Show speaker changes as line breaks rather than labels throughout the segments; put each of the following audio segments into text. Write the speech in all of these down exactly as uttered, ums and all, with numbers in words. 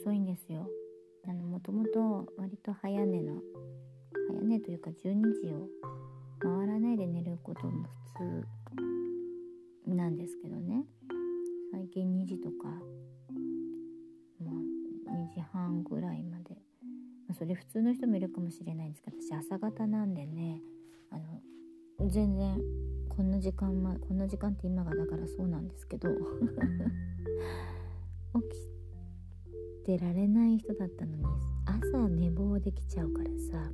遅いんですよ。あのもともと割と早寝の早寝というかじゅうにじを回らないで寝ることも普通なんですけどね、最近にじとか、まあ、にじはんぐらいまで、まあ、それ普通の人もいるかもしれないんですけど、私朝方なんでね、あの全然こんな時間、ま、こんな時間って今がだからそうなんですけど起きてられない人だったのに、朝寝坊できちゃうからさ、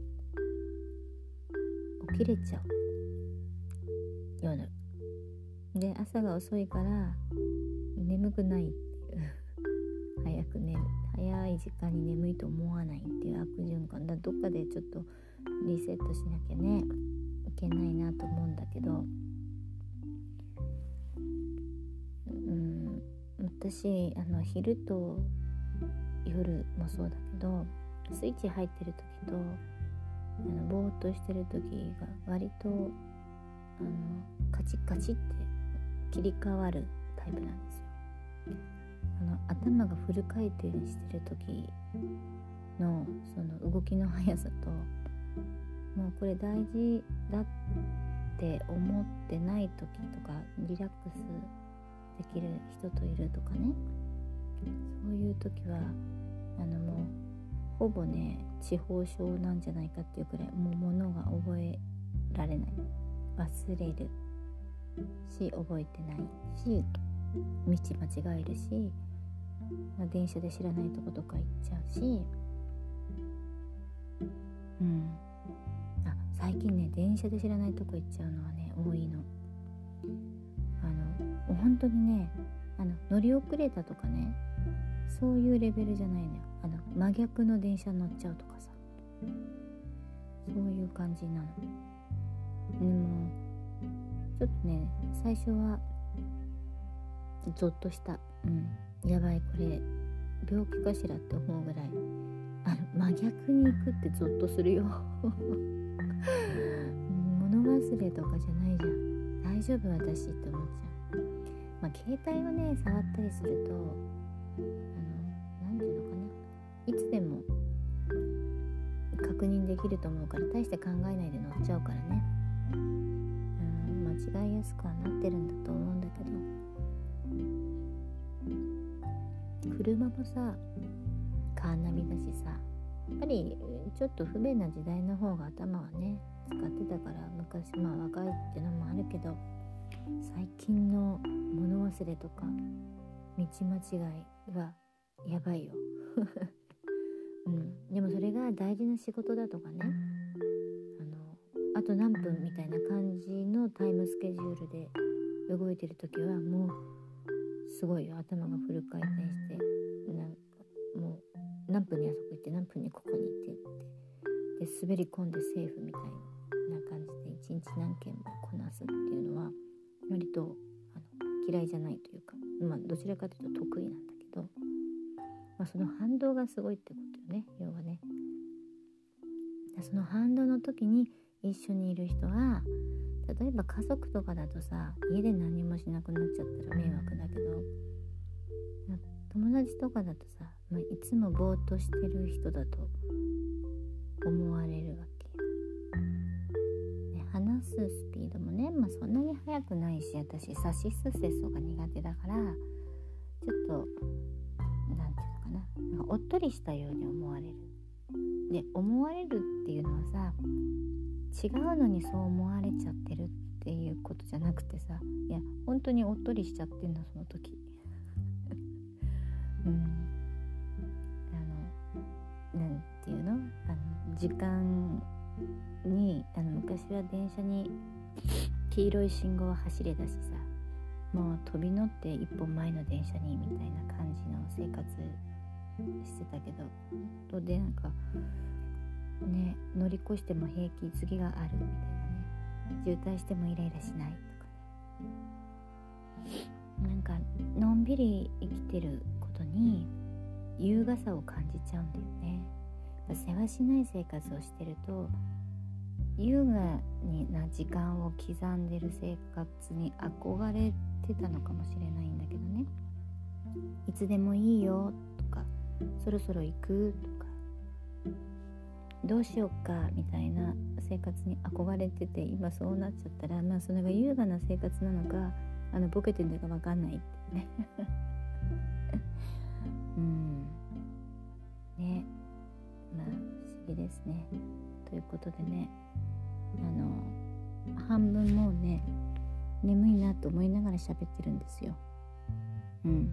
起きれちゃう夜で、朝が遅いから眠くないっていう早く寝る早い時間に眠いと思わないっていう悪循環だ。どっかでちょっとリセットしなきゃねいけないなと思うんだけど、うん私あの昼と夜もそうだけど、スイッチ入ってる時とあのぼーっとしてる時が割とあのカチッカチッって切り替わるタイプなんですよ。あの頭がフル回転してる時のその動きの速さと、もうこれ大事だって思ってない時とか、リラックスできる人といるとかね、そういう時はあのもうほぼね痴呆症なんじゃないかっていうくらい、もう物が覚えられない、忘れるし覚えてないし、道間違えるし、まあ、電車で知らないとことか行っちゃうし、うんあ最近ね電車で知らないとこ行っちゃうのはね多いの。あの本当にね、あの乗り遅れたとかね、そういうレベルじゃないのよ。あの真逆の電車に乗っちゃうとかさ、そういう感じなの。でもちょっとね最初はゾッとした、うん、やばいこれ病気かしらって思うぐらい、あの真逆に行くってゾッとするよ物忘れとかじゃないじゃん、大丈夫私って思っちゃう。まあ携帯をね触ったりすると、あのなんていうのかな、いつでも確認できると思うから大して考えないで乗っちゃうからね、うん間違いやすくはなってるんだと思うんだけど、車もさカーナビだしさ、やっぱりちょっと不便な時代の方が頭はね使ってたから、昔まあ若いってのもあるけど、最近の物忘れとか道間違いはやばいよ、うん、でもそれが大事な仕事だとかね、あのあと何分みたいな感じのタイムスケジュールで動いてる時はもうすごいよ、頭がフル回転して、なんかもう何分にあそこ行って何分にここに行ってってで滑り込んでセーフみたいな感じで一日何件もこなすっていうのは割とあの嫌いじゃないというか、まあどちらかというと得意なんだけど、まあ、その反動がすごいってことよね、要はね。その反動の時に一緒にいる人は、例えば家族とかだとさ、家で何もしなくなっちゃったら迷惑だけど、友達とかだとさ、まあ、いつもぼーっとしてる人だと思われるわけよ、ね、話すスピードもね、まあ、そんなに速くないし、私サシスセソが苦手だからちょっとなんていうのかな、なんかおっとりしたように思われる。で思われるっていうのはさ、違うのにそう思われちゃってるっていうことじゃなくてさ、いや本当におっとりしちゃってんのその時うん、あのなんていうの、あの時間にあの昔は電車に黄色い信号は走れだしさ、もう飛び乗って一本前の電車にみたいな感じの生活してたけど、本当でなんかね、乗り越しても平気、次があるみたいなね、渋滞してもイライラしないとかね、なんかのんびり生きてることに優雅さを感じちゃうんだよね。世話しない生活をしてると優雅な時間を刻んでる生活に憧れてたのかもしれないんだけどね、いつでもいいよとかそろそろ行くとか、どうしようかみたいな生活に憧れてて、今そうなっちゃったら、まあそれが優雅な生活なのか、あのボケてるのか分かんないってねうんね、まあ不思議ですね。ということでね、あの半分もうね眠いなと思いながら喋ってるんですよ。うん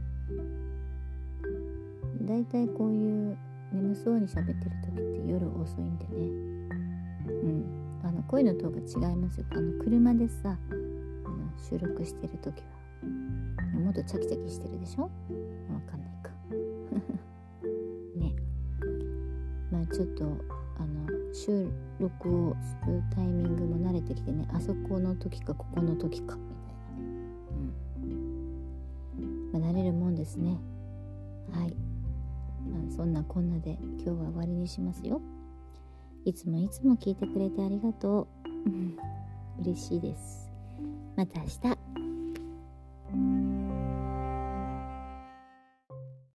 だいたいこういう眠そうに喋ってる時って夜遅いんでね、うんあの声のトーンが違いますよ。あの車でさ、あの収録してる時はもっとチャキチャキしてるでしょ。わかんないかね。まあちょっとあの収録をするタイミングも慣れてきてね、あそこの時かここの時かみたいな、うんまあ、慣れるもんですね。はい、まあ、そんなこんなで今日は終わりにしますよ。いつもいつも聞いてくれてありがとう嬉しいです。また明日。